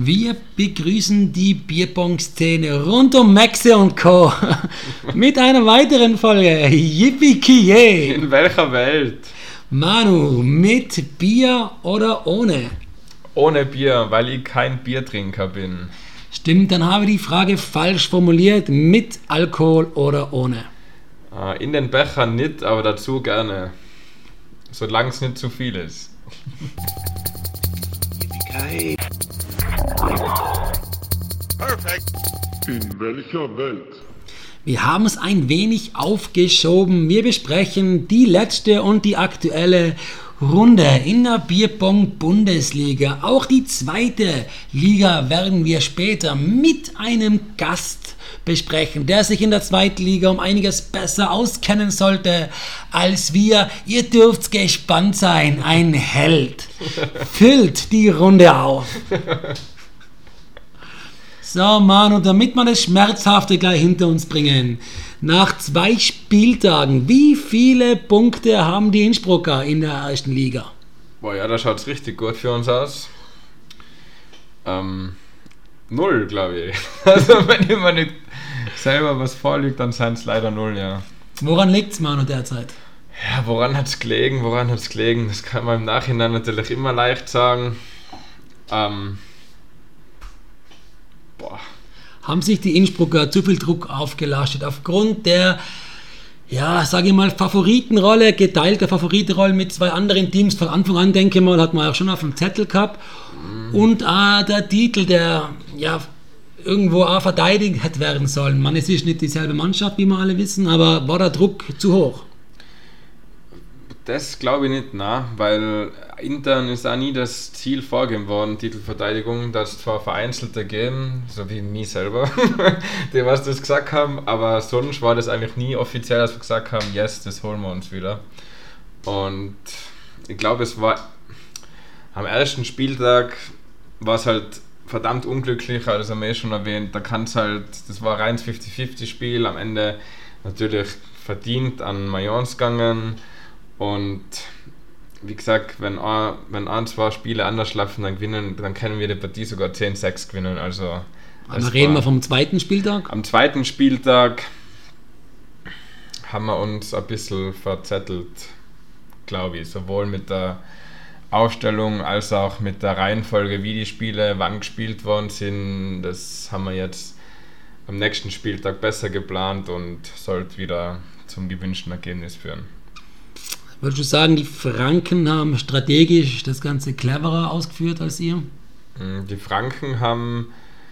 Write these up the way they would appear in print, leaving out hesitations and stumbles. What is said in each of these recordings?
Wir begrüßen die Bierpong-Szene rund um Maxe und Co. mit einer weiteren Folge Yippie-Ki-Yay. In welcher Welt? Manu, mit Bier oder ohne? Ohne Bier, weil ich kein Biertrinker bin. Stimmt, dann habe ich die Frage falsch formuliert. Mit Alkohol oder ohne? In den Bechern nicht, aber dazu gerne. Solange es nicht zu viel ist. Yippie-Ki-Yay. Perfekt. In welcher Welt? Wir haben es ein wenig aufgeschoben. Wir besprechen die letzte und die aktuelle Runde in der Bierpong-Bundesliga. Auch die zweite Liga werden wir später mit einem Gast besprechen, der sich in der zweiten Liga um einiges besser auskennen sollte als wir. Ihr dürft gespannt sein. Ein Held füllt die Runde auf. So, Manu, damit wir das Schmerzhafte gleich hinter uns bringen. Nach 2 Spieltagen, wie viele Punkte haben die Innsbrucker in der ersten Liga? Boah, ja, da schaut es richtig gut für uns aus. 0, glaube ich. Also, wenn mir nicht selber was vorliegt, dann sind es leider 0, ja. Woran liegt es, Manu, derzeit? Ja, woran hat es gelegen? Das kann man im Nachhinein natürlich immer leicht sagen. Haben sich die Innsbrucker zu viel Druck aufgelastet aufgrund der, ja, sage ich mal, Favoritenrolle, geteilte Favoritenrolle mit 2 anderen Teams von Anfang an, denke ich mal, hat man auch schon auf dem Zettel gehabt. Und der Titel, der ja irgendwo auch verteidigt hätte werden sollen. Man, es ist nicht dieselbe Mannschaft, wie wir alle wissen, aber war der Druck zu hoch? Das glaube ich nicht, nein, weil intern ist auch nie das Ziel vorgegeben worden, Titelverteidigung, dass es zwar Vereinzelte geben, so wie mich selber, die was das gesagt haben, aber sonst war das eigentlich nie offiziell, dass wir gesagt haben, yes, das holen wir uns wieder. Und ich glaube, es war am ersten Spieltag war es halt verdammt unglücklich, also haben wir schon erwähnt, da kann es halt, das war rein 50-50 Spiel, am Ende natürlich verdient an Mayence gegangen. Und wie gesagt, wenn 2 Spiele anders laufen, dann können wir die Partie sogar 10-6 gewinnen. Also reden wir vom zweiten Spieltag? Am zweiten Spieltag haben wir uns ein bisschen verzettelt, glaube ich. Sowohl mit der Aufstellung als auch mit der Reihenfolge, wie die Spiele wann gespielt worden sind. Das haben wir jetzt am nächsten Spieltag besser geplant und sollte wieder zum gewünschten Ergebnis führen. Würdest du sagen, die Franken haben strategisch das Ganze cleverer ausgeführt als ihr? Die Franken haben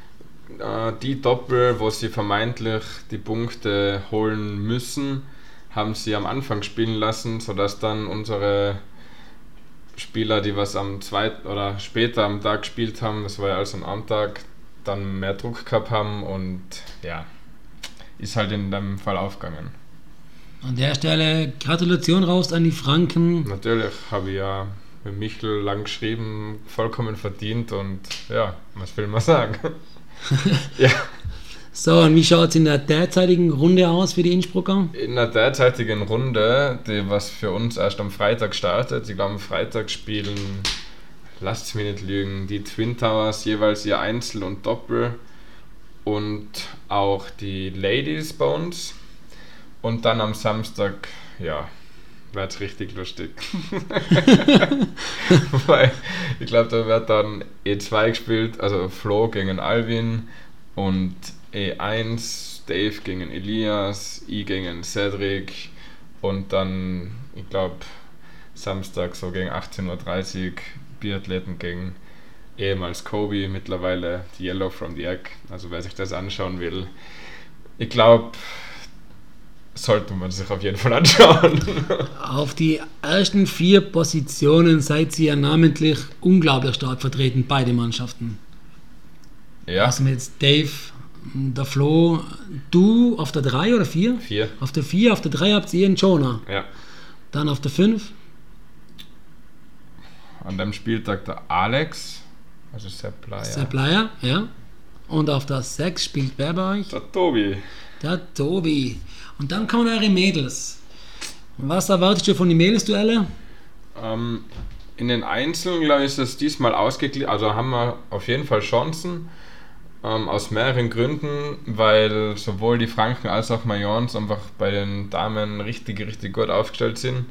die Doppel, wo sie vermeintlich die Punkte holen müssen, haben sie am Anfang spielen lassen, sodass dann unsere Spieler, die was am zweiten oder später am Tag gespielt haben, das war ja also am Tag, dann mehr Druck gehabt haben und ja, ist halt in dem Fall aufgegangen. An der Stelle Gratulation raus an die Franken. Natürlich, habe ich ja mit Michel lang geschrieben, vollkommen verdient und ja, was will man sagen? Ja. So, und wie schaut es in der derzeitigen Runde aus für die Innsbrucker? In der derzeitigen Runde, die was für uns erst am Freitag startet, ich glaube am Freitag spielen, lasst es mich nicht lügen, die Twin Towers jeweils ihr Einzel und Doppel und auch die Ladies bei uns. Und dann am Samstag, ja, wird es richtig lustig. Weil ich glaube, da wird dann E2 gespielt, also Flo gegen Alvin und E1, Dave gegen Elias, ich gegen Cedric und dann, ich glaube, Samstag so gegen 18:30 Uhr Biathleten gegen ehemals Kobe, mittlerweile die Yellow from the Egg. Also wer sich das anschauen will, ich glaube, sollte man sich auf jeden Fall anschauen. Auf die ersten 4 Positionen seid ihr ja namentlich unglaublich stark vertreten, beide Mannschaften. Ja. Also mit jetzt Dave, der Flo, du auf der 3 oder 4? 4. Auf der 4, auf der 3 habt ihr einen Jonah. Ja. Dann auf der 5? An dem Spieltag der Alex, also Sepp Bleier, ja. Und auf der 6 spielt wer bei euch? Der Tobi. Der Tobi. Und dann kommen eure Mädels. Was erwartest du von den Mädelsduelle? In den Einzelnen, glaube ich, ist das diesmal ausgeglichen, also haben wir auf jeden Fall Chancen, aus mehreren Gründen, weil sowohl die Franken als auch Mayence einfach bei den Damen richtig, richtig gut aufgestellt sind.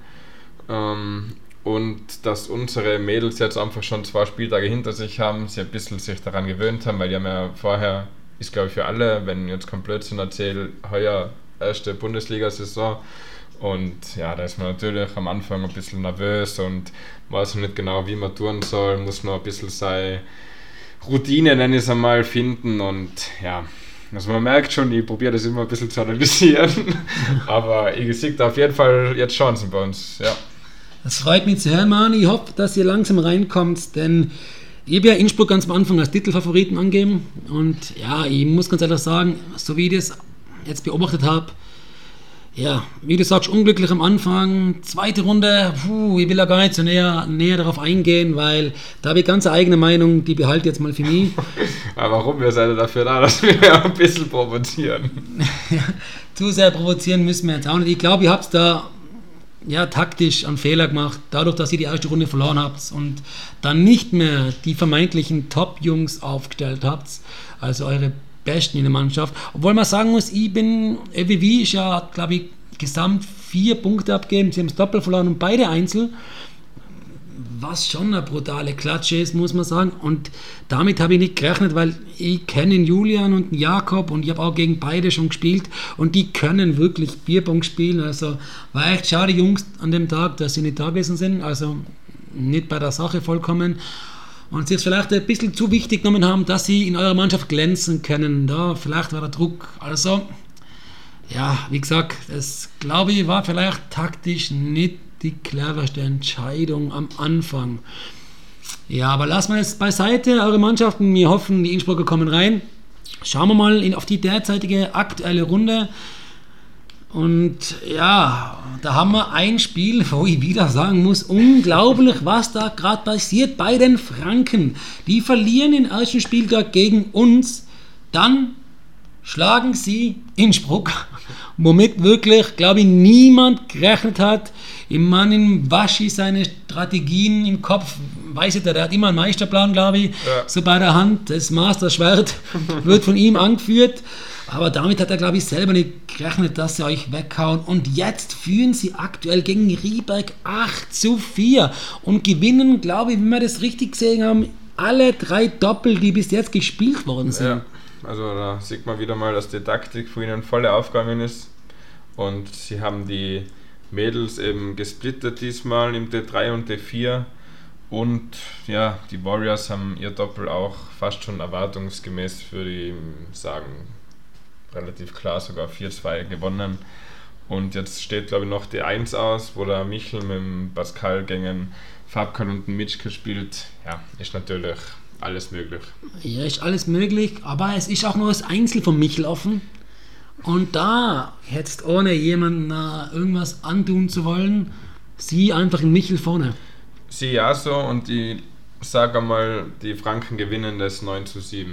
Und dass unsere Mädels jetzt einfach schon 2 Spieltage hinter sich haben, sie ein bisschen sich daran gewöhnt haben, weil die haben ja vorher, ist glaube ich für alle, wenn ich jetzt kein Blödsinn erzähle, heuer erste Bundesliga-Saison. Und ja, da ist man natürlich am Anfang ein bisschen nervös und weiß nicht genau, wie man tun soll, muss noch ein bisschen seine Routine, nenne ich es einmal, finden. Und ja, also man merkt schon, ich probiere das immer ein bisschen zu analysieren, aber ich sehe da auf jeden Fall jetzt Chancen bei uns, ja. Das freut mich zu hören, Mani. Ich hoffe, dass ihr langsam reinkommt, denn ich habe ja Innsbruck ganz am Anfang als Titelfavoriten angegeben. Und ja, ich muss ganz ehrlich sagen, so wie ich das jetzt beobachtet habe, ja, wie du sagst, unglücklich am Anfang, zweite Runde, ich will da gar nicht so näher darauf eingehen, weil da habe ich ganz eine eigene Meinung, die behalte ich jetzt mal für mich. Aber warum? Wir seid dafür da, dass wir ein bisschen provozieren. Ja, zu sehr provozieren müssen wir jetzt auch nicht. Ich glaube, ihr habt da taktisch einen Fehler gemacht, dadurch, dass ihr die erste Runde verloren habt und dann nicht mehr die vermeintlichen Top-Jungs aufgestellt habt, also eure Besten in der Mannschaft. Obwohl man sagen muss, EWW ist ja, glaube ich, gesamt 4 Punkte abgegeben, sie haben das Doppel verloren und beide Einzel, was schon eine brutale Klatsche ist, muss man sagen. Und damit habe ich nicht gerechnet, weil ich kenne den Julian und den Jakob und ich habe auch gegen beide schon gespielt und die können wirklich Bierpong spielen. Also war echt schade, Jungs, an dem Tag, dass sie nicht da gewesen sind, also nicht bei der Sache vollkommen. Und sie es vielleicht ein bisschen zu wichtig genommen haben, dass sie in eurer Mannschaft glänzen können. Da vielleicht war der Druck. Also, ja, wie gesagt, das glaube ich war vielleicht taktisch nicht die cleverste Entscheidung am Anfang. Ja, aber lassen wir es beiseite, eure Mannschaften. Wir hoffen, die Innsbrucker kommen rein. Schauen wir mal auf die derzeitige aktuelle Runde. Und ja, da haben wir ein Spiel, wo ich wieder sagen muss, unglaublich, was da gerade passiert bei den Franken. Die verlieren den ersten Spieltag gegen uns, dann schlagen sie Innsbruck, womit wirklich, glaube ich, niemand gerechnet hat. Im Mann in Waschi seine Strategien im Kopf, weiß ich, der hat immer einen Meisterplan, glaube ich, so bei der Hand. Das Master-Schwert wird von ihm angeführt. Aber damit hat er, glaube ich, selber nicht gerechnet, dass sie euch weghauen. Und jetzt führen sie aktuell gegen Rieberg 8-4 und gewinnen, glaube ich, wenn wir das richtig gesehen haben, alle 3 Doppel, die bis jetzt gespielt worden sind. Ja, also da sieht man wieder mal, dass die Taktik für ihnen voll aufgegangen ist. Und sie haben die Mädels eben gesplittet diesmal im D3 und D4. Und ja, die Warriors haben ihr Doppel auch fast schon erwartungsgemäß, würde ich sagen, relativ klar sogar 4-2 gewonnen. Und jetzt steht, glaube ich, noch die 1 aus, wo der Michel mit dem Pascal gegen Fabkan und den Mitschke spielt. Ja, ist natürlich alles möglich. Ja, ist alles möglich, aber es ist auch noch das Einzel von Michel offen. Und da, jetzt ohne jemanden irgendwas antun zu wollen, sie einfach in Michel vorne. Sie ja so, und ich sage einmal, die Franken gewinnen das 9-7.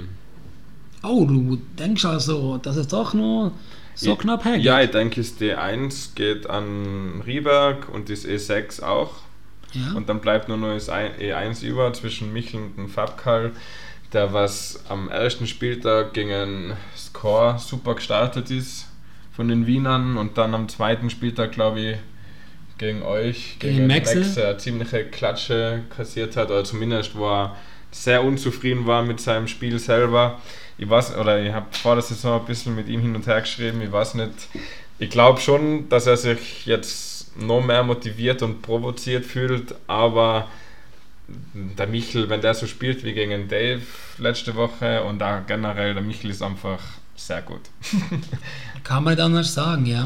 Oh, du denkst also, dass es doch nur so knapp hergeht? Ja, ich denke, das D1 geht an Rieberg und das E6 auch. Ja. Und dann bleibt nur noch das E1 über zwischen Michel und dem Fabkal, der was am ersten Spieltag gegen Score super gestartet ist von den Wienern und dann am zweiten Spieltag, glaube ich, gegen euch, gegen Max, eine ziemliche Klatsche kassiert hat, oder zumindest wo er sehr unzufrieden war mit seinem Spiel selber. Ich habe vor der Saison ein bisschen mit ihm hin und her geschrieben, ich weiß nicht, ich glaube schon, dass er sich jetzt noch mehr motiviert und provoziert fühlt, aber der Michel, wenn der so spielt wie gegen Dave letzte Woche und auch generell, der Michel ist einfach sehr gut. Kann man nicht anders sagen, ja.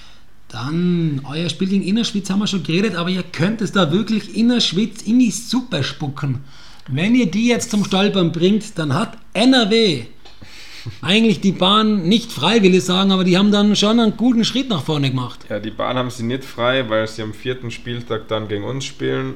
Dann, euer Spiel gegen Innerschwitz haben wir schon geredet, aber ihr könnt es da wirklich Innerschwitz in die Suppe spucken. Wenn ihr die jetzt zum Stolpern bringt, dann hat NRW eigentlich die Bahn nicht frei, will ich sagen, aber die haben dann schon einen guten Schritt nach vorne gemacht. Ja, die Bahn haben sie nicht frei, weil sie am 4. Spieltag dann gegen uns spielen.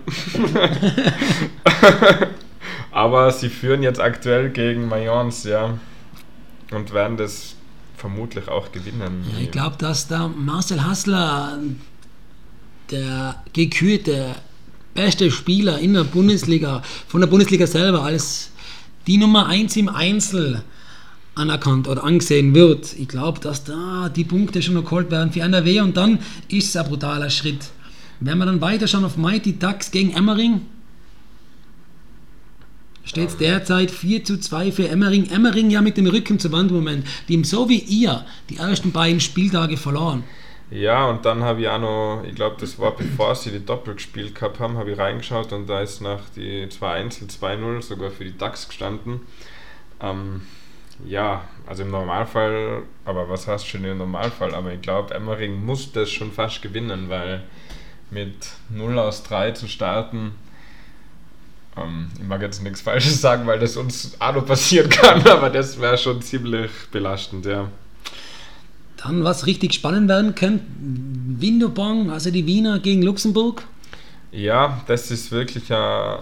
Aber sie führen jetzt aktuell gegen Mayence, ja, und werden das vermutlich auch gewinnen. Ja, ich glaube, dass der Marcel Hassler, der gekürte beste Spieler in der Bundesliga, von der Bundesliga selber, als die Nummer 1 im Einzel anerkannt oder angesehen wird. Ich glaube, dass da die Punkte schon noch geholt werden für NRW und dann ist es ein brutaler Schritt. Wenn wir dann weiterschauen auf Mighty Ducks gegen Emmering, steht es derzeit 4:2 für Emmering. Emmering ja mit dem Rücken zur Wand im Moment, die so wie ihr die ersten beiden Spieltage verloren. Ja, und dann habe ich auch noch, ich glaube, das war bevor sie die Doppel gespielt gehabt haben, habe ich reingeschaut und da ist nach die 2 Einzel 2-0 sogar für die Ducks gestanden. Ja, also im Normalfall, aber was heißt schon im Normalfall, aber ich glaube, Emmering muss das schon fast gewinnen, weil mit 0-3 zu starten, ich mag jetzt nichts Falsches sagen, weil das uns auch noch passieren kann, aber das wäre schon ziemlich belastend, ja. Dann, was richtig spannend werden könnte, Winterbong, also die Wiener gegen Luxemburg. Ja, das ist wirklich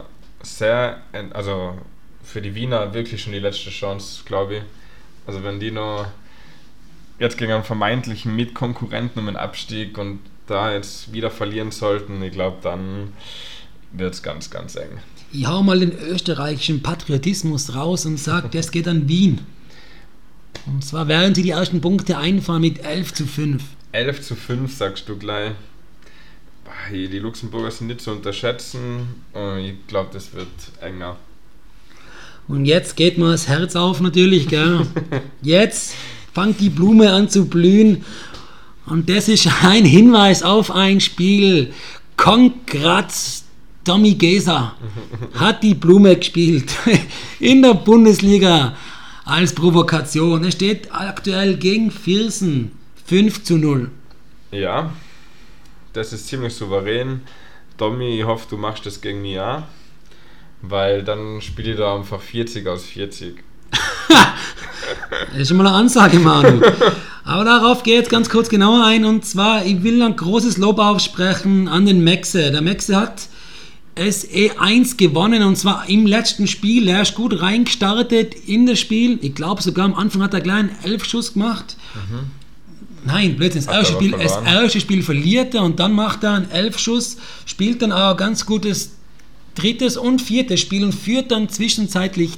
also für die Wiener wirklich schon die letzte Chance, glaube ich. Also wenn die noch jetzt gegen einen vermeintlichen Mitkonkurrenten um den Abstieg und da jetzt wieder verlieren sollten, ich glaube, dann wird es ganz, ganz eng. Ich hau mal den österreichischen Patriotismus raus und sage, das geht an Wien. Und zwar werden sie die ersten Punkte einfahren mit 11:5. 11:5 sagst du gleich. Die Luxemburger sind nicht zu unterschätzen und ich glaube, das wird enger. Und jetzt geht mir das Herz auf natürlich, gell? Jetzt fängt die Blume an zu blühen und das ist ein Hinweis auf ein Spiel. Congrats, Tommy Geser hat die Blume gespielt in der Bundesliga als Provokation. Es steht aktuell gegen Viersen 5:0. Ja, das ist ziemlich souverän. Tommy, ich hoffe, du machst das gegen mich auch. Weil dann spiele ich da einfach 40 aus 40. Das ist schon mal eine Ansage, Manu. Aber darauf gehe ich jetzt ganz kurz genauer ein. Und zwar, ich will ein großes Lob aussprechen an den Maxe. Der Maxe hat es E1 gewonnen und zwar im letzten Spiel. Er ist gut reingestartet in das Spiel. Ich glaube sogar am Anfang hat er gleich einen 11-Schuss gemacht. Nein, Blödsinn. Das erste Spiel verliert er und dann macht er einen 11-Schuss, spielt dann auch ein ganz gutes drittes und viertes Spiel und führt dann zwischenzeitlich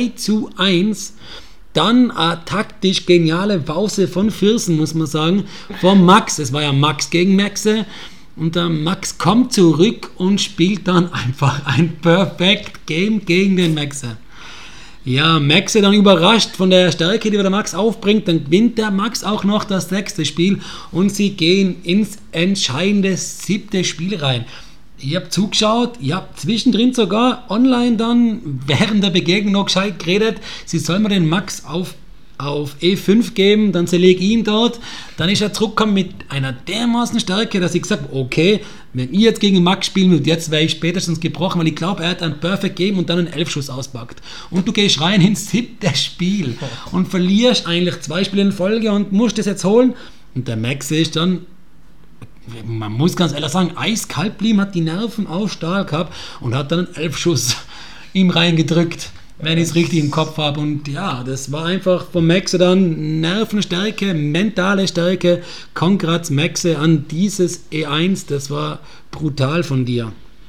3:1. Dann eine taktisch geniale Pause von Viersen, muss man sagen, von Max. Es war ja Max gegen Maxe. Und der Max kommt zurück und spielt dann einfach ein Perfect Game gegen den Maxe. Ja, Maxe dann überrascht von der Stärke, die der Max aufbringt. Dann gewinnt der Max auch noch das 6. Spiel und sie gehen ins entscheidende 7. Spiel rein. Ich habe zugeschaut, ich habe zwischendrin sogar online dann während der Begegnung noch gescheit geredet, sie soll mir den Max auf E5 geben, dann zerlege ich ihn dort. Dann ist er zurückgekommen mit einer dermaßen Stärke, dass ich gesagt habe, okay, wenn ich jetzt gegen Max spielen würde, jetzt wäre ich spätestens gebrochen, weil ich glaube, er hat ein Perfect Game und dann einen 11-Schuss auspackt. Und du gehst rein ins 7. Spiel und verlierst eigentlich 2 Spiele in Folge und musst das jetzt holen. Und der Max ist dann, man muss ganz ehrlich sagen, eiskalt blieben, hat die Nerven auf Stahl gehabt und hat dann einen 11-Schuss ihm reingedrückt, wenn ich es richtig im Kopf habe. Und ja, das war einfach von Maxe dann Nervenstärke, mentale Stärke. Congrats Maxe an dieses E1, das war brutal von dir.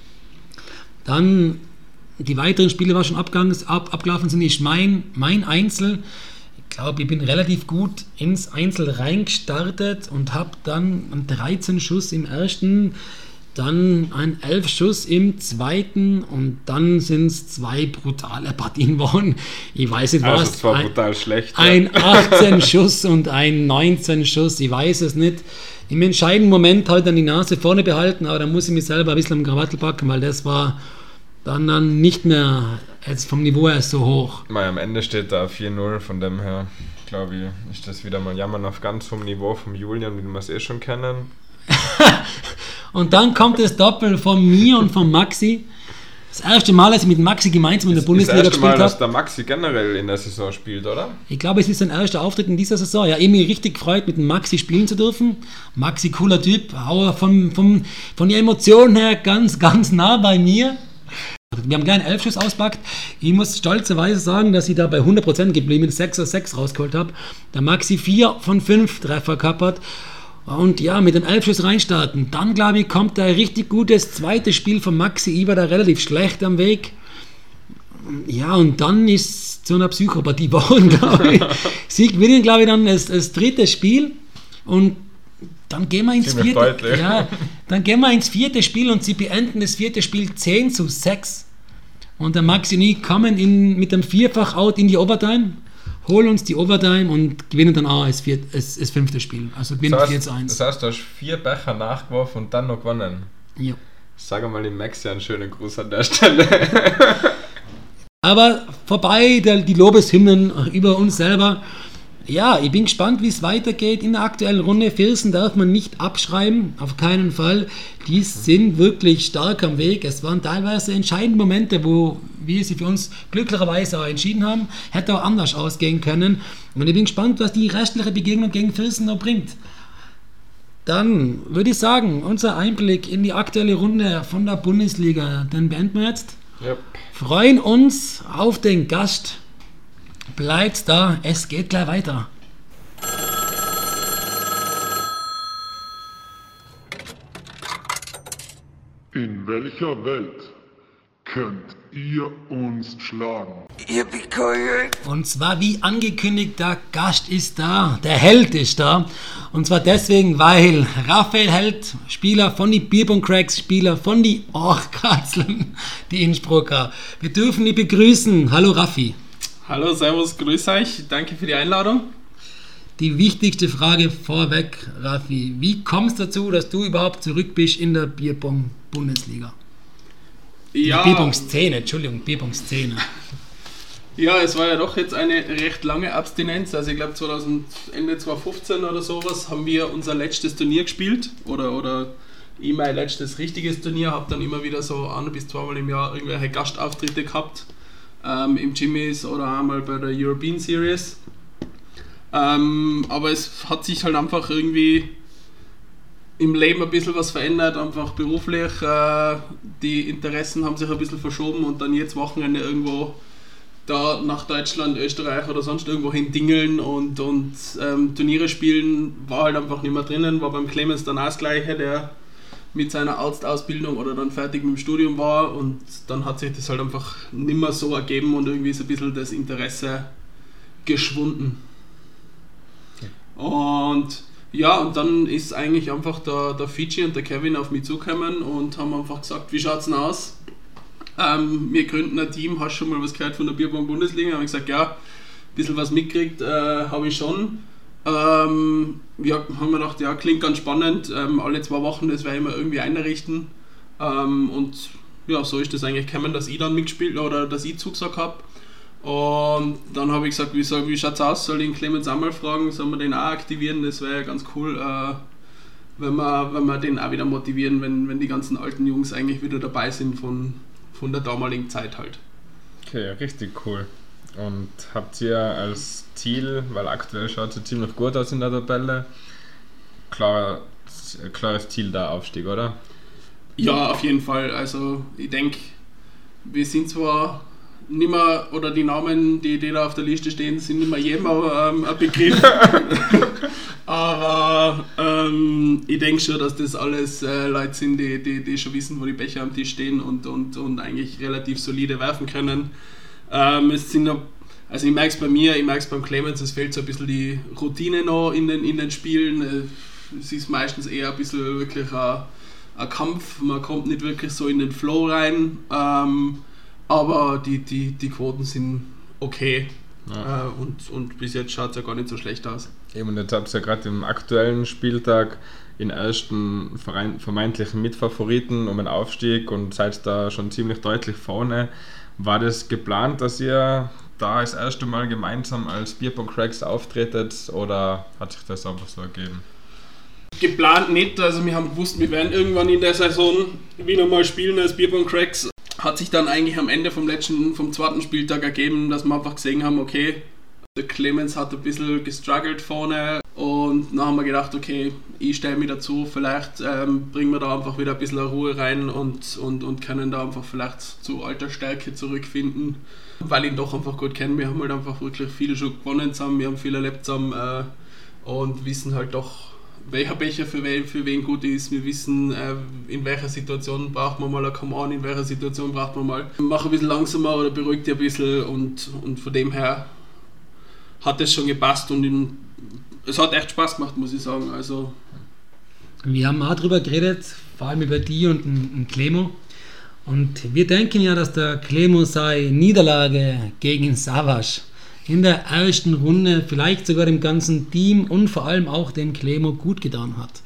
Dann die weiteren Spiele, was schon abgelaufen sind, ist mein Einzel. Ich glaube, ich bin relativ gut ins Einzel reingestartet und habe dann einen 13 Schuss im ersten, dann einen 11 Schuss im zweiten und dann sind es 2 brutale Partien geworden. Ich weiß nicht, was. Das war brutal schlecht. Ein 18 Schuss und ein 19 Schuss, ich weiß es nicht. Im entscheidenden Moment halt dann die Nase vorne behalten, aber da muss ich mich selber ein bisschen am Krawattel packen, weil das war dann nicht mehr jetzt vom Niveau her so hoch. Am Ende steht da 4:0, von dem her, glaube ich, ist das wieder mal Jammern auf ganz hohem Niveau vom Julian, wie wir es schon kennen. Und dann kommt das Doppel von mir und von Maxi. Das erste Mal, als ich mit Maxi gemeinsam in der Bundesliga gespielt habe. Das erste Mal, dass der Maxi generell in der Saison spielt, oder? Ich glaube, es ist sein erster Auftritt in dieser Saison. Ja, mich richtig gefreut, mit dem Maxi spielen zu dürfen. Maxi, cooler Typ, von der Emotion her ganz, ganz nah bei mir. Wir haben gleich einen 11-Schuss auspackt. Ich muss stolzerweise sagen, dass ich da bei 100% geblieben bin, 6 aus 6 rausgeholt habe. Der Maxi 4 von 5 Treffer gehabt hat. Und ja, mit dem 11 Schuss reinstarten. Dann, glaube ich, kommt ein richtig gutes zweites Spiel von Maxi. Ich war da relativ schlecht am Weg. Ja, und dann ist zu einer Psychopathie geworden, glaube ich. Sie gewinnen, glaube ich, dann das dritte Spiel. Und dann gehen wir ins vierte. Ja, dann gehen wir ins vierte Spiel und sie beenden das vierte Spiel 10-6. Und der Maxi und ich kommen mit einem Vierfach-Out in die Overtime, holen uns die Overtime und gewinnen dann auch das fünfte Spiel. Also gewinnen 4-1. Das heißt, du hast 4 Becher nachgeworfen und dann noch gewonnen. Ja. Sag mal dem Maxi einen schönen Gruß an der Stelle. Aber vorbei, die Lobeshymnen über uns selber. Ja, ich bin gespannt, wie es weitergeht in der aktuellen Runde. Viersen darf man nicht abschreiben, auf keinen Fall. Die sind wirklich stark am Weg. Es waren teilweise entscheidende Momente, wo wir sie für uns glücklicherweise auch entschieden haben. Hätte auch anders ausgehen können. Und ich bin gespannt, was die restliche Begegnung gegen Viersen noch bringt. Dann würde ich sagen, unser Einblick in die aktuelle Runde von der Bundesliga, den beenden wir jetzt. Yep. Freuen uns auf den Gast. Bleibt da, es geht gleich weiter. In welcher Welt könnt ihr uns schlagen? Und zwar wie angekündigt, der Gast ist da, der Held ist da. Und zwar deswegen, weil Raphael Held, Spieler von die Bierbong-Cracks, Spieler von die Orchkatzeln, die Innsbrucker. Wir dürfen die begrüßen. Hallo Raffi. Hallo, servus, grüß euch. Danke für die Einladung. Die wichtigste Frage vorweg, Raffi. Wie kommst du dazu, dass du überhaupt zurück bist in der Bierbong-Bundesliga? Ja, Bierbong-Szene, Entschuldigung, Bierbong-Szene. Ja, es war ja doch jetzt eine recht lange Abstinenz. Also ich glaube Ende 2015 oder sowas haben wir unser letztes Turnier gespielt. Oder ich mein letztes richtiges Turnier. Habe dann immer wieder so 1 bis 2 Mal im Jahr irgendwelche Gastauftritte gehabt. Im Jimmys oder einmal bei der European Series. Aber es hat sich halt einfach irgendwie im Leben ein bisschen was verändert, einfach beruflich. Die Interessen haben sich ein bisschen verschoben und dann jetzt Wochenende irgendwo da nach Deutschland, Österreich oder sonst irgendwo hin dingeln und Turniere spielen war halt einfach nicht mehr drinnen. War beim Clemens dann auch das Gleiche, der mit seiner Arztausbildung oder dann fertig mit dem Studium war und dann hat sich das halt einfach nicht mehr so ergeben und irgendwie ist ein bisschen das Interesse geschwunden. Okay. Und ja, und dann ist eigentlich einfach der Fiji und der Kevin auf mich zugekommen und haben einfach gesagt, wie schaut's denn aus? Wir gründen ein Team, hast du schon mal was gehört von der Bierbong-Bundesliga? Habe ich gesagt, ja, ein bisschen was mitgekriegt, habe ich schon. Ja, haben wir gedacht, ja, klingt ganz spannend, alle 2 Wochen, das werde ich immer irgendwie einrichten. Und ja, so ist das eigentlich gekommen, dass ich dann mitgespielt oder dass ich zugesagt habe. Und dann habe ich gesagt, wie schaut's aus, soll ich den Clemens auch mal fragen, sollen wir den auch aktivieren, das wäre ja ganz cool, wenn wir den auch wieder motivieren, wenn die ganzen alten Jungs eigentlich wieder dabei sind von der damaligen Zeit halt. Okay, richtig cool. Und habt ihr als Ziel, weil aktuell schaut es ziemlich gut aus in der Tabelle, klares Ziel der Aufstieg, oder? Ja, auf jeden Fall. Also ich denke, wir sind zwar nicht mehr, oder die Namen, die da auf der Liste stehen, sind nicht mehr jedem ein Begriff. Aber ich denke schon, dass das alles Leute sind, die schon wissen, wo die Becher am Tisch stehen und eigentlich relativ solide werfen können. Es sind noch, also ich merke es bei mir, ich merke es beim Clemens, es fehlt so ein bisschen die Routine noch in den Spielen. Es ist meistens eher ein bisschen wirklich ein Kampf, man kommt nicht wirklich so in den Flow rein, aber die Quoten sind okay. Ja. Und bis jetzt schaut es ja gar nicht so schlecht aus. Eben, jetzt habt ihr ja gerade im aktuellen Spieltag den ersten vermeintlichen Mitfavoriten um den Aufstieg und seid da schon ziemlich deutlich vorne. War das geplant, dass ihr da das erste Mal gemeinsam als Bierbong-Cracks auftretet oder hat sich das einfach so ergeben? Geplant nicht, also wir haben gewusst, wir werden irgendwann in der Saison wieder mal spielen als Bierbong-Cracks. Hat sich dann eigentlich am Ende vom 2. Spieltag ergeben, dass wir einfach gesehen haben, okay, der Clemens hat ein bisschen gestruggelt vorne und dann haben wir gedacht, okay, ich stelle mich dazu, vielleicht bringen wir da einfach wieder ein bisschen Ruhe rein und können da einfach vielleicht zu alter Stärke zurückfinden, weil ich ihn doch einfach gut kenne. Wir haben halt einfach wirklich viel schon gewonnen zusammen, wir haben viel erlebt zusammen und wissen halt doch, welcher Becher für wen gut ist. Wir wissen, in welcher Situation braucht man mal ein Come-On, in welcher Situation braucht man mal mach ein bisschen langsamer oder beruhigt dich ein bisschen und von dem her hat es schon gepasst und es hat echt Spaß gemacht, muss ich sagen. Also wir haben auch darüber geredet, vor allem über die und den Clemo. Und wir denken ja, dass der Clemo seine Niederlage gegen Savage in der ersten Runde vielleicht sogar dem ganzen Team und vor allem auch dem Clemo gut getan hat.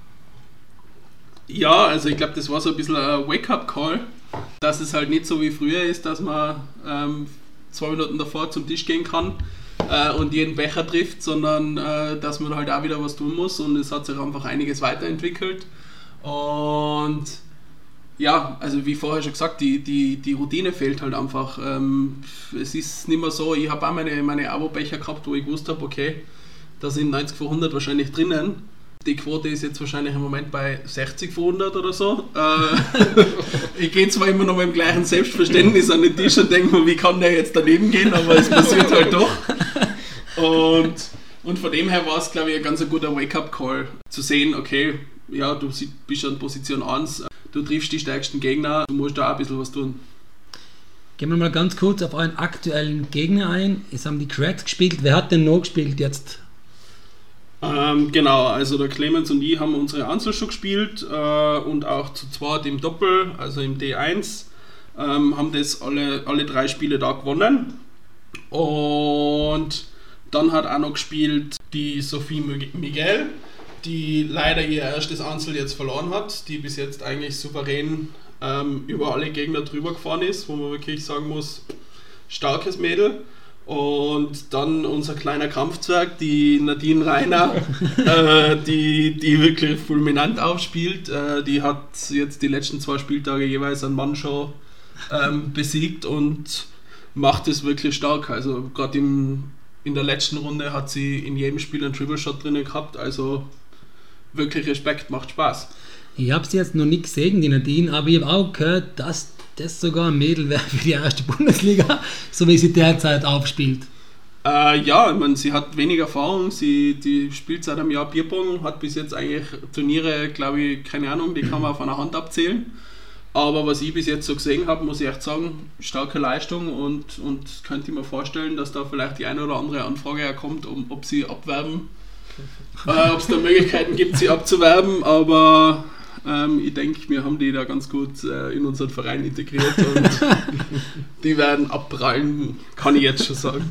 Ja, also ich glaube, das war so ein bisschen ein Wake-up-Call, dass es halt nicht so wie früher ist, dass man 2 Minuten davor zum Tisch gehen kann und jeden Becher trifft, sondern dass man halt auch wieder was tun muss und es hat sich einfach einiges weiterentwickelt. Und ja, also wie vorher schon gesagt, die Routine fehlt halt einfach. Es ist nicht mehr so, ich habe auch meine Abo-Becher gehabt, wo ich gewusst habe, okay, da sind 90 von 100 wahrscheinlich drinnen. Die Quote ist jetzt wahrscheinlich im Moment bei 60 von 100 oder so. Ich gehe zwar immer noch mit dem gleichen Selbstverständnis an den Tisch und denke mir, wie kann der jetzt daneben gehen, aber es passiert halt doch. Und von dem her war es, glaube ich, ein ganz guter Wake-up-Call, zu sehen, okay, ja, du bist an Position 1, du triffst die stärksten Gegner, du musst da auch ein bisschen was tun. Gehen wir mal ganz kurz auf euren aktuellen Gegner ein. Jetzt haben die Cracks gespielt. Wer hat denn noch gespielt jetzt? Genau, also der Clemens und ich haben unsere Einzel schon gespielt und auch zu zweit im Doppel, also im D1, haben das alle 3 Spiele da gewonnen. Und dann hat auch noch gespielt die Sophie Miguel, die leider ihr erstes Einzel jetzt verloren hat, die bis jetzt eigentlich souverän über alle Gegner drüber gefahren ist, wo man wirklich sagen muss, starkes Mädel. Und dann unser kleiner Kampfzwerg, die Nadine Reiner, die wirklich fulminant aufspielt. Die hat jetzt die letzten 2 Spieltage jeweils einen Mann schon besiegt und macht es wirklich stark. Also gerade in der letzten Runde hat sie in jedem Spiel einen Triple Shot drin gehabt. Also wirklich Respekt, macht Spaß. Ich habe sie jetzt noch nicht gesehen, die Nadine, aber ich habe auch gehört, dass das sogar ein Mädel wäre für die erste Bundesliga, so wie sie derzeit aufspielt. Ja, ich meine, sie hat wenig Erfahrung, die spielt seit einem Jahr Bierpong, hat bis jetzt eigentlich Turniere, glaube ich, keine Ahnung, die kann man auf einer Hand abzählen. Aber was ich bis jetzt so gesehen habe, muss ich echt sagen, starke Leistung und könnte ich mir vorstellen, dass da vielleicht die eine oder andere Anfrage kommt, ob sie abwerben, ob es da Möglichkeiten gibt, sie abzuwerben, aber ich denke, wir haben die da ganz gut in unseren Verein integriert und die werden abprallen, kann ich jetzt schon sagen.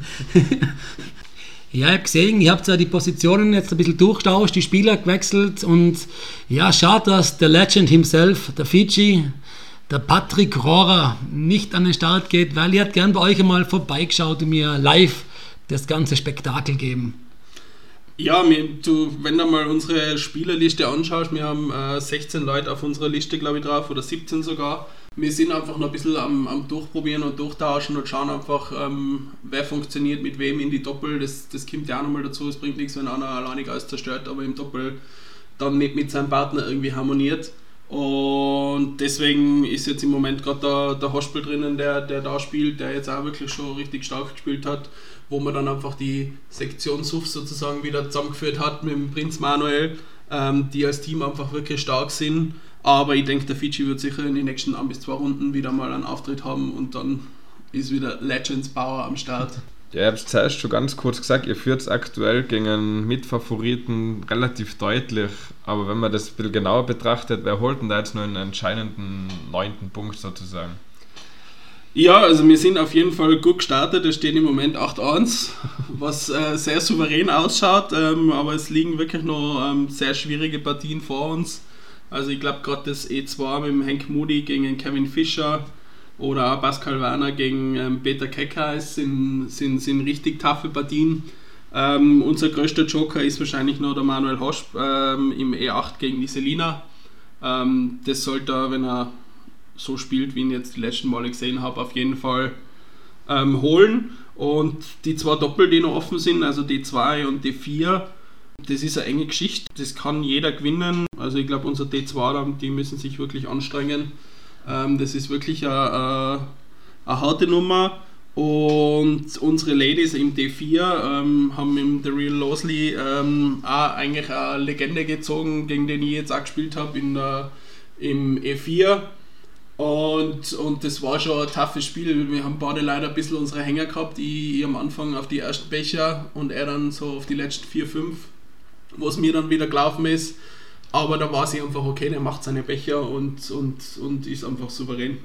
Ja, ich habe gesehen, ihr habt ja die Positionen jetzt ein bisschen durchtauscht, die Spieler gewechselt und ja, schade, dass der Legend himself, der Fiji, der Patrick Rohrer, nicht an den Start geht, weil ich hätte gern bei euch einmal vorbeigeschaut und mir live das ganze Spektakel geben. Ja, wenn du mal unsere Spielerliste anschaust, wir haben 16 Leute auf unserer Liste, glaube ich, drauf, oder 17 sogar. Wir sind einfach noch ein bisschen am Durchprobieren und Durchtauschen und schauen einfach, wer funktioniert mit wem in die Doppel. Das kommt ja auch nochmal dazu, es bringt nichts, wenn einer alleinig alles zerstört, aber im Doppel dann nicht mit seinem Partner irgendwie harmoniert. Und deswegen ist jetzt im Moment gerade der Hospel drinnen, der da spielt, der jetzt auch wirklich schon richtig stark gespielt hat, wo man dann einfach die Sektion SUF sozusagen wieder zusammengeführt hat mit dem Prinz Manuel, die als Team einfach wirklich stark sind. Aber ich denke, der Fiji wird sicher in den nächsten 1 bis 2 Runden wieder mal einen Auftritt haben und dann ist wieder Legends Power am Start. Ja, ihr habt es zuerst schon ganz kurz gesagt, ihr führt es aktuell gegen einen Mitfavoriten relativ deutlich, aber wenn man das ein bisschen genauer betrachtet, wer holt denn da jetzt nur einen entscheidenden 9. Punkt sozusagen? Ja, also wir sind auf jeden Fall gut gestartet, es steht im Moment 8-1, was sehr souverän ausschaut, aber es liegen wirklich noch sehr schwierige Partien vor uns. Also ich glaube gerade das E2 mit dem Hank Moody gegen den Kevin Fischer oder auch Pascal Werner gegen Peter Kekais sind richtig taffe Partien. Unser größter Joker ist wahrscheinlich noch der Manuel Hosp im E8 gegen die Selina. Das sollte er, wenn er so spielt, wie ich ihn jetzt die letzten Male gesehen habe, auf jeden Fall holen. Und die 2 Doppel, die noch offen sind, also D2 und D4, das ist eine enge Geschichte, das kann jeder gewinnen. Also ich glaube, unser D2, die müssen sich wirklich anstrengen. Das ist wirklich eine harte Nummer Und unsere Ladies im D4 haben im The Real Losley auch eigentlich eine Legende gezogen, gegen den ich jetzt auch gespielt habe im E4. Und das war schon ein toughes Spiel. Wir haben beide leider ein bisschen unsere Hänger gehabt. Ich am Anfang auf die ersten Becher und er dann so auf die letzten 4, 5, wo es mir dann wieder gelaufen ist. Aber da war sie einfach okay, der macht seine Becher und ist einfach souverän.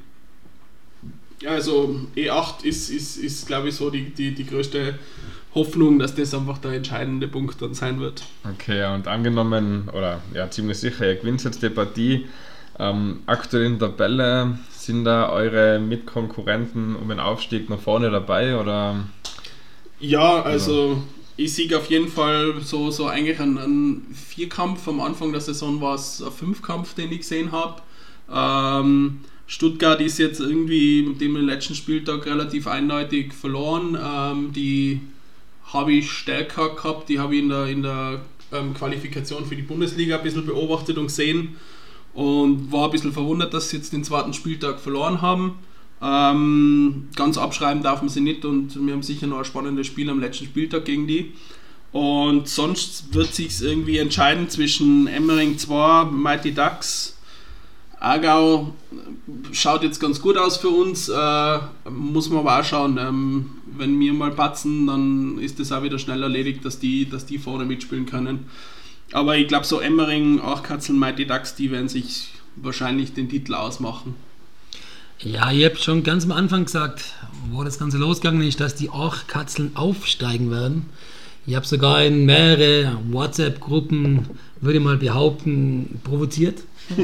Also E8 ist glaube ich so die größte Hoffnung, dass das einfach der entscheidende Punkt dann sein wird. Okay, und angenommen, oder ja ziemlich sicher, ihr gewinnt jetzt die Partie. Aktuell in der Tabelle, sind da eure Mitkonkurrenten um den Aufstieg nach vorne dabei, oder? Ja, also ich sehe auf jeden Fall so eigentlich einen Vierkampf. Am Anfang der Saison war es ein Fünfkampf, den ich gesehen habe. Stuttgart ist jetzt irgendwie mit dem letzten Spieltag relativ eindeutig verloren. Die habe ich stärker gehabt, die habe ich in der Qualifikation für die Bundesliga ein bisschen beobachtet und gesehen. Und war ein bisschen verwundert, dass sie jetzt den zweiten Spieltag verloren haben. Ganz abschreiben darf man sie nicht und wir haben sicher noch ein spannendes Spiel am letzten Spieltag gegen die. Und sonst wird sich irgendwie entscheiden zwischen Emmering 2, Mighty Ducks. Aargau schaut jetzt ganz gut aus für uns, muss man aber auch schauen. Wenn wir mal patzen, dann ist das auch wieder schnell erledigt, dass die vorne mitspielen können. Aber ich glaube, so Emmering, Achkatzeln, Mighty Ducks, die werden sich wahrscheinlich den Titel ausmachen. Ja, ihr habt schon ganz am Anfang gesagt, wo das Ganze losgegangen ist, dass die Achkatzeln aufsteigen werden. Ich habe sogar in mehrere WhatsApp-Gruppen, würde ich mal behaupten, provoziert.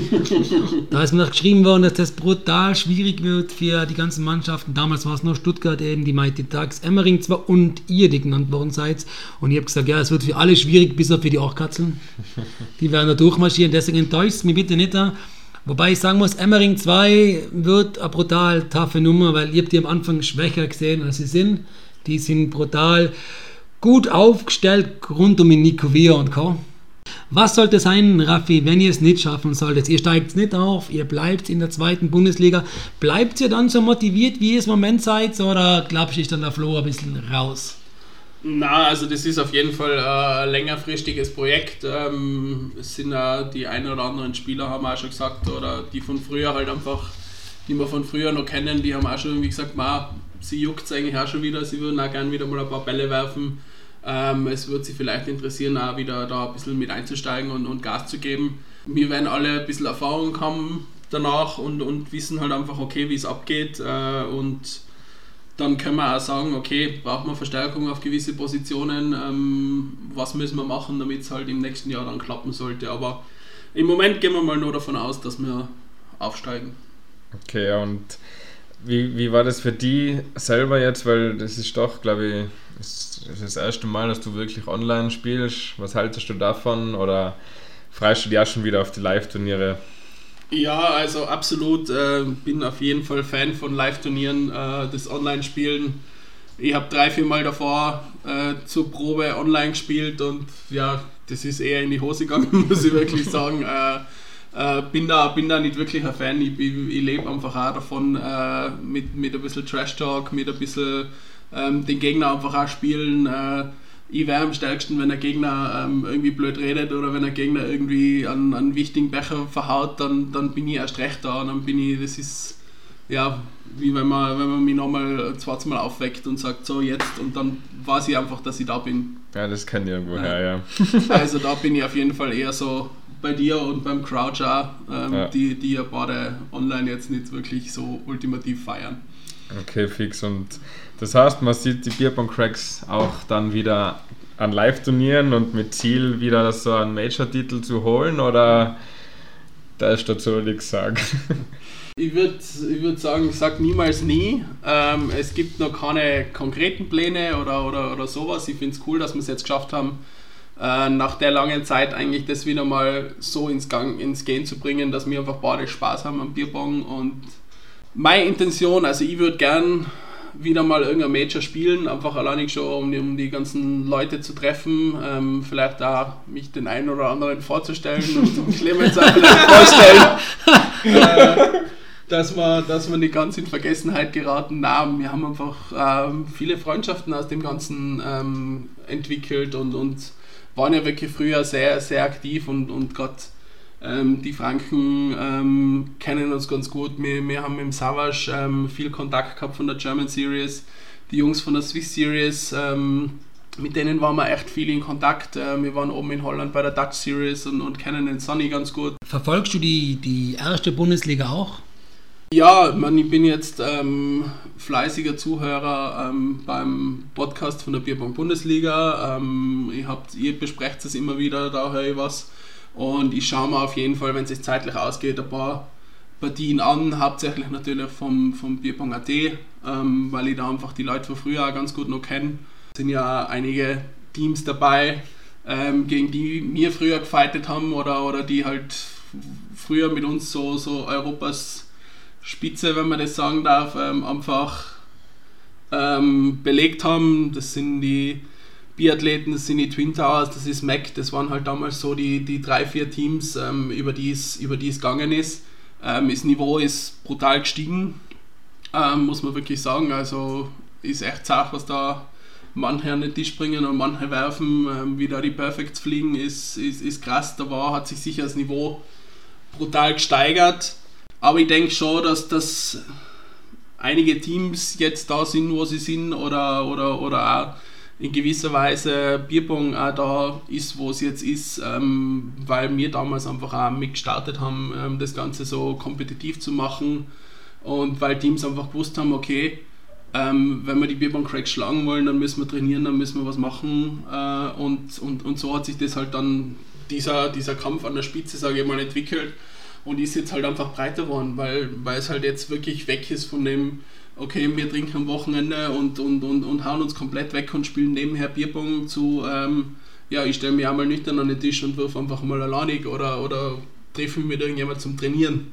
Da ist mir noch geschrieben worden, dass das brutal schwierig wird für die ganzen Mannschaften. Damals war es nur Stuttgart eben, die Mighty Ducks, Emmering zwar und ihr, die genannt worden seid. Und ich habe gesagt, ja, es wird für alle schwierig, bis auf für die Achkatzeln. Die werden da durchmarschieren, deswegen enttäuscht mich bitte nicht da. Wobei ich sagen muss, Emmering 2 wird eine brutal taffe Nummer, weil ihr habt die am Anfang schwächer gesehen, als sie sind. Die sind brutal gut aufgestellt rund um den Nico Wehr und Co. Was sollte sein, Raffi, wenn ihr es nicht schaffen solltet? Ihr steigt nicht auf, ihr bleibt in der zweiten Bundesliga. Bleibt ihr dann so motiviert, wie ihr es im Moment seid, oder glaubst du, ist dann der Flo ein bisschen raus? Na, also das ist auf jeden Fall ein längerfristiges Projekt. Es sind die ein oder anderen Spieler, haben auch schon gesagt, oder die von früher halt einfach, die wir von früher noch kennen, die haben auch schon irgendwie gesagt, sie juckt es eigentlich auch schon wieder, sie würden auch gerne wieder mal ein paar Bälle werfen. Es wird sie vielleicht interessieren, auch wieder da ein bisschen mit einzusteigen und Gas zu geben. Wir werden alle ein bisschen Erfahrung haben danach und wissen halt einfach, okay, wie es abgeht. Und dann können wir auch sagen, okay, brauchen wir Verstärkung auf gewisse Positionen, was müssen wir machen, damit es halt im nächsten Jahr dann klappen sollte. Aber im Moment gehen wir mal nur davon aus, dass wir aufsteigen. Okay, und wie war das für die selber jetzt? Weil das ist doch, glaube ich, das erste Mal, dass du wirklich online spielst. Was haltest du davon? Oder freust du dich auch schon wieder auf die Live-Turniere? Ja, also absolut. Bin auf jeden Fall Fan von Live-Turnieren, das Online-Spielen. Ich habe 3-4 Mal davor zur Probe online gespielt und ja, das ist eher in die Hose gegangen, muss ich wirklich sagen. Bin da nicht wirklich ein Fan. Ich lebe einfach auch davon, mit ein bisschen Trash-Talk, mit ein bisschen den Gegner einfach auch spielen. Ich wäre am stärksten, wenn der Gegner irgendwie blöd redet oder wenn der Gegner irgendwie einen wichtigen Becher verhaut, dann bin ich erst recht da und dann bin ich, das ist ja wie wenn man mich nochmal zweimal aufweckt und sagt, so jetzt, und dann weiß ich einfach, dass ich da bin. Ja, das kann ich irgendwo her, ja. Also da bin ich auf jeden Fall eher so bei dir und beim Crouch auch, die ja beide online jetzt nicht wirklich so ultimativ feiern. Okay, fix. Und das heißt, man sieht die Bierpong-Cracks auch dann wieder an Live-Turnieren und mit Ziel, wieder so einen Major-Titel zu holen, oder da ist dazu nichts sagen? Ich würd sagen, ich sage niemals nie. Es gibt noch keine konkreten Pläne oder sowas. Ich finde es cool, dass wir es jetzt geschafft haben, nach der langen Zeit eigentlich das wieder mal so ins Gehen zu bringen, dass wir einfach beide Spaß haben am Bierpong. Und meine Intention, also ich würde gern wieder mal irgendein Major spielen, einfach alleinig schon, um die ganzen Leute zu treffen, vielleicht da mich den einen oder anderen vorzustellen und Clemens auch vielleicht vorstellen. dass wir nicht ganz in Vergessenheit geraten. Nein, wir haben einfach viele Freundschaften aus dem Ganzen entwickelt und waren ja wirklich früher sehr, sehr aktiv und gerade die Franken kennen uns ganz gut. Wir haben im Savage viel Kontakt gehabt von der German Series, die Jungs von der Swiss Series, mit denen waren wir echt viel in Kontakt. Wir waren oben in Holland bei der Dutch Series und kennen den Sonny ganz gut. Verfolgst du die erste Bundesliga auch? Ja, ich bin jetzt fleißiger Zuhörer beim Podcast von der Bierpong Bundesliga. Ihr besprecht es immer wieder, da höre ich was. Und ich schaue mir auf jeden Fall, wenn es sich zeitlich ausgeht, ein paar Partien an, hauptsächlich natürlich vom Bierpong.at, weil ich da einfach die Leute von früher auch ganz gut noch kenne. Es sind ja einige Teams dabei, gegen die wir früher gefightet haben oder die halt früher mit uns so Europas Spitze, wenn man das sagen darf, einfach belegt haben. Das sind die Biathleten, das sind die Twin Towers, das ist Mac, das waren halt damals so die 3-4 Teams, über die es gegangen ist. Das Niveau ist brutal gestiegen, muss man wirklich sagen. Also ist echt zart, was da manche an den Tisch bringen und manche werfen, wie da die Perfects fliegen, ist krass. Da hat sich sicher das Niveau brutal gesteigert. Aber ich denke schon, dass einige Teams jetzt da sind, wo sie sind, oder auch in gewisser Weise Bierpong auch da ist, wo es jetzt ist, weil wir damals einfach auch mitgestartet haben, das Ganze so kompetitiv zu machen und weil Teams einfach gewusst haben, okay, wenn wir die Bierpong-Cracks schlagen wollen, dann müssen wir trainieren, dann müssen wir was machen und so hat sich das halt dann, dieser Kampf an der Spitze, sage ich mal, entwickelt und ist jetzt halt einfach breiter geworden, weil es halt jetzt wirklich weg ist von dem, okay, wir trinken am Wochenende und hauen uns komplett weg und spielen nebenher Bierpong zu, ich stelle mich einmal nüchtern an den Tisch und wirf einfach mal alleinig oder treffe mich mit irgendjemandem zum Trainieren.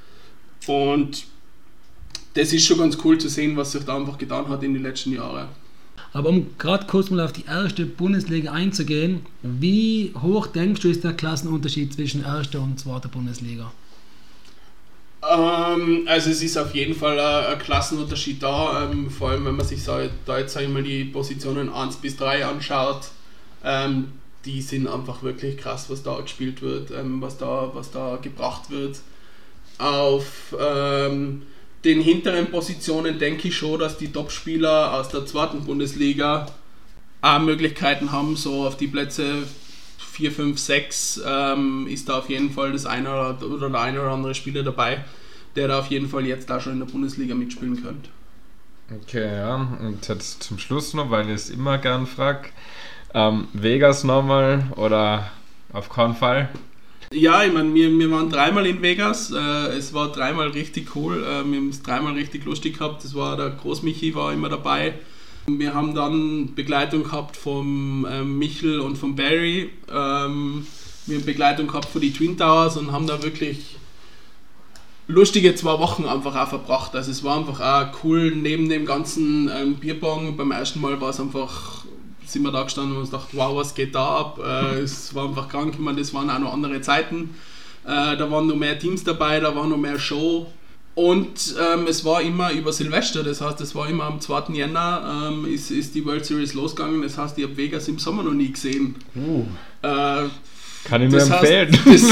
Und das ist schon ganz cool zu sehen, was sich da einfach getan hat in den letzten Jahren. Aber um gerade kurz mal auf die erste Bundesliga einzugehen, wie hoch denkst du ist der Klassenunterschied zwischen erster und zweiter Bundesliga? Also es ist auf jeden Fall ein Klassenunterschied da, vor allem wenn man sich da jetzt einmal die Positionen 1 bis 3 anschaut, die sind einfach wirklich krass, was da gespielt wird, was da gebracht wird. Auf den hinteren Positionen denke ich schon, dass die Top-Spieler aus der zweiten Bundesliga auch Möglichkeiten haben, so auf die Plätze 4, 5, 6 ist da auf jeden Fall der eine oder andere Spieler dabei, der da auf jeden Fall jetzt da schon in der Bundesliga mitspielen könnte. Okay, ja, und jetzt zum Schluss noch, weil ich es immer gern frage, Vegas nochmal oder auf keinen Fall? Ja, ich meine, wir waren 3-mal in Vegas, es war 3-mal richtig cool, wir haben es 3-mal richtig lustig gehabt, das war der Großmichi war immer dabei. Wir haben dann Begleitung gehabt vom Michel und vom Barry, wir haben Begleitung gehabt von die Twin Towers und haben da wirklich lustige 2 Wochen einfach auch verbracht. Also es war einfach auch cool, neben dem ganzen Bierpong, beim ersten Mal war es einfach, sind wir da gestanden und uns gedacht, wow, was geht da ab? Es war einfach krank, ich meine, das waren auch noch andere Zeiten. Da waren noch mehr Teams dabei, da war noch mehr Show. Und es war immer über Silvester, das heißt, es war immer am 2. Jänner ist die World Series losgegangen, das heißt, ich habe Vegas im Sommer noch nie gesehen. Kann ich nur empfehlen.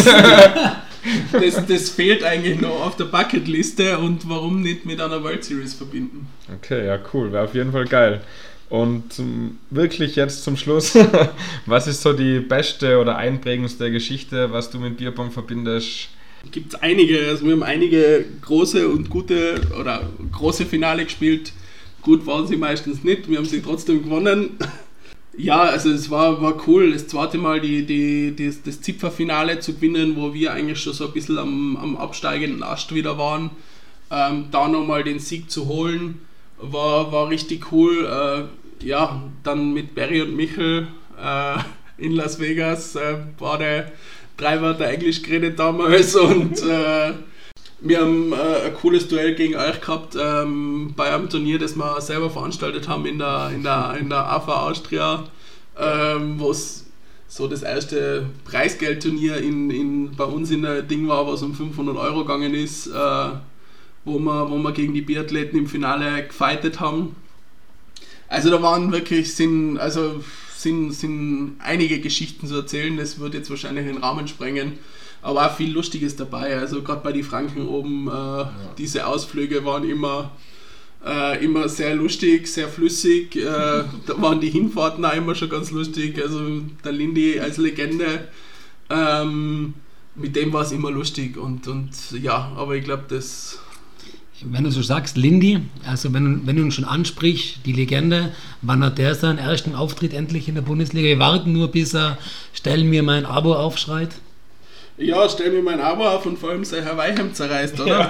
Das fehlt eigentlich noch auf der Bucketliste und warum nicht mit einer World Series verbinden? Okay, ja cool, wäre auf jeden Fall geil. Und wirklich jetzt zum Schluss, was ist so die beste oder einprägendste Geschichte, was du mit Bierpong verbindest? Gibt es einige, also wir haben einige große und gute oder große Finale gespielt. Gut waren sie meistens nicht, wir haben sie trotzdem gewonnen. Ja, also es war cool, das zweite Mal das Zipferfinale zu gewinnen, wo wir eigentlich schon so ein bisschen am absteigenden Ast wieder waren. Da nochmal den Sieg zu holen, war richtig cool. Dann mit Barry und Michel in Las Vegas war der 3 Wörter Englisch geredet damals und wir haben ein cooles Duell gegen euch gehabt bei einem Turnier, das wir selber veranstaltet haben in der AFA Austria, wo es so das erste Preisgeldturnier bei uns in der Ding war, was um 500 € gegangen ist. wo wir gegen die Biathleten im Finale gefightet haben. Also da waren wirklich, sind einige Geschichten zu erzählen, das wird jetzt wahrscheinlich den Rahmen sprengen, aber auch viel Lustiges dabei. Also gerade bei den Franken oben, diese Ausflüge waren immer sehr lustig, sehr flüssig. Da waren die Hinfahrten auch immer schon ganz lustig. Also der Lindy als Legende, mit dem war es immer lustig. Und ja, aber ich glaube, das... Wenn du so sagst, Lindy, also wenn du ihn schon ansprichst, die Legende, wann hat der seinen ersten Auftritt endlich in der Bundesliga? Wir warten nur, bis er "Stell mir mein Abo" aufschreit. Ja, stell mir mein Abo auf und vor allem sein Hawaii-Hemd zerreißt, oder?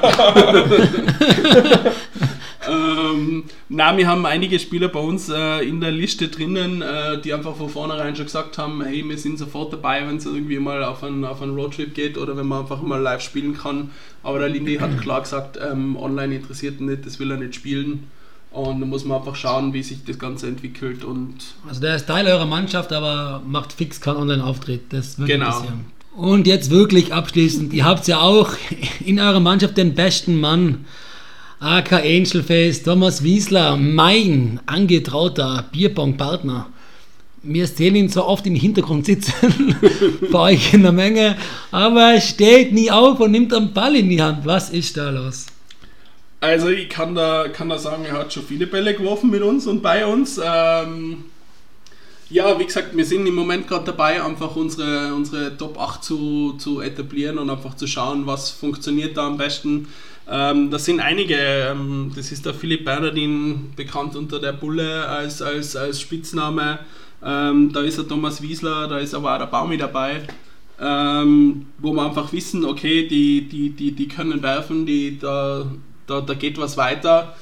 Nein, wir haben einige Spieler bei uns in der Liste drinnen, die einfach von vornherein schon gesagt haben, hey, wir sind sofort dabei, wenn es irgendwie mal auf einen Roadtrip geht oder wenn man einfach mal live spielen kann. Aber der Lindy hat klar gesagt, online interessiert ihn nicht, das will er nicht spielen. Und da muss man einfach schauen, wie sich das Ganze entwickelt. Also der ist Teil eurer Mannschaft, aber macht fix keinen Online-Auftritt. Das würde genau. interessieren. Und jetzt wirklich abschließend, ihr habt ja auch in eurer Mannschaft den besten Mann, AK Angelface, Thomas Wiesler, mein angetrauter Bierpong-Partner. Wir sehen ihn so oft im Hintergrund sitzen, bei euch in der Menge, aber er steht nie auf und nimmt einen Ball in die Hand. Was ist da los? Also ich kann da sagen, er hat schon viele Bälle geworfen mit uns und bei uns. Ja, wie gesagt, wir sind im Moment gerade dabei, einfach unsere Top 8 zu etablieren und einfach zu schauen, was funktioniert da am besten. Das sind einige, das ist der Philipp Bernardin, bekannt unter der Bulle als Spitzname, da ist der Thomas Wiesler, da ist aber auch der Baumi dabei, wo wir einfach wissen, okay, die können werfen, da geht was weiter,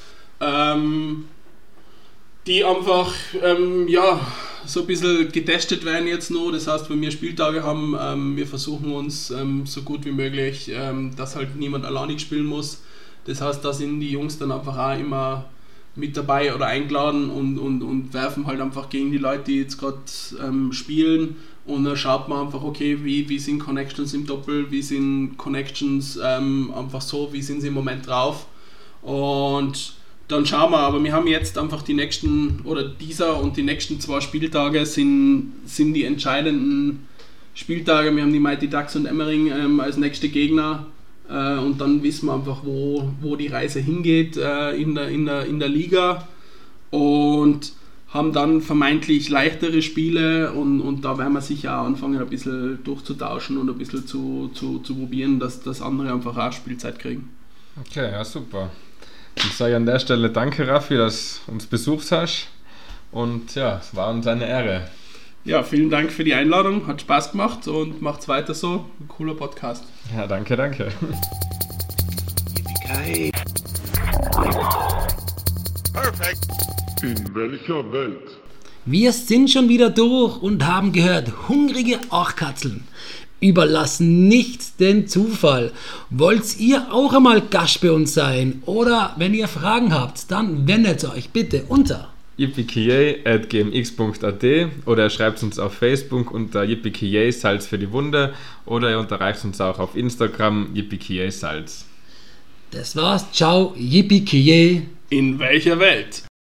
die einfach, so ein bisschen getestet werden jetzt noch, das heißt, wenn wir Spieltage haben, wir versuchen uns so gut wie möglich, dass halt niemand alleinig spielen muss. Das heißt, da sind die Jungs dann einfach auch immer mit dabei oder eingeladen und werfen halt einfach gegen die Leute, die jetzt gerade spielen, und dann schaut man einfach, okay, wie sind Connections im Doppel, wie sind Connections einfach so, wie sind sie im Moment drauf, und dann schauen wir, aber wir haben jetzt einfach die nächsten, oder dieser und die nächsten 2 Spieltage sind die entscheidenden Spieltage. Wir haben die Mighty Ducks und Emmering als nächste Gegner, und dann wissen wir einfach, wo die Reise hingeht in der Liga, und haben dann vermeintlich leichtere Spiele, und da werden wir sicher auch anfangen, ein bisschen durchzutauschen und ein bisschen zu probieren, dass andere einfach auch Spielzeit kriegen. Okay, ja, super. Ich sage an der Stelle danke, Raffi, dass du uns besucht hast, und ja, es war uns eine Ehre. Ja, vielen Dank für die Einladung, hat Spaß gemacht und macht's weiter so, ein cooler Podcast. Ja, danke. Perfekt. In welcher Welt? Wir sind schon wieder durch und haben gehört, hungrige Orchkatzeln überlassen nicht den Zufall. Wollt ihr auch einmal Gast bei uns sein? Oder wenn ihr Fragen habt, dann wendet euch bitte unter yippiekiay@gmx.at oder ihr schreibt uns auf Facebook unter yippiekiay Salz für die Wunde, oder ihr erreicht uns auch auf Instagram yippiekiay Salz. Das war's, ciao, yippie-ki-yay. In welcher Welt?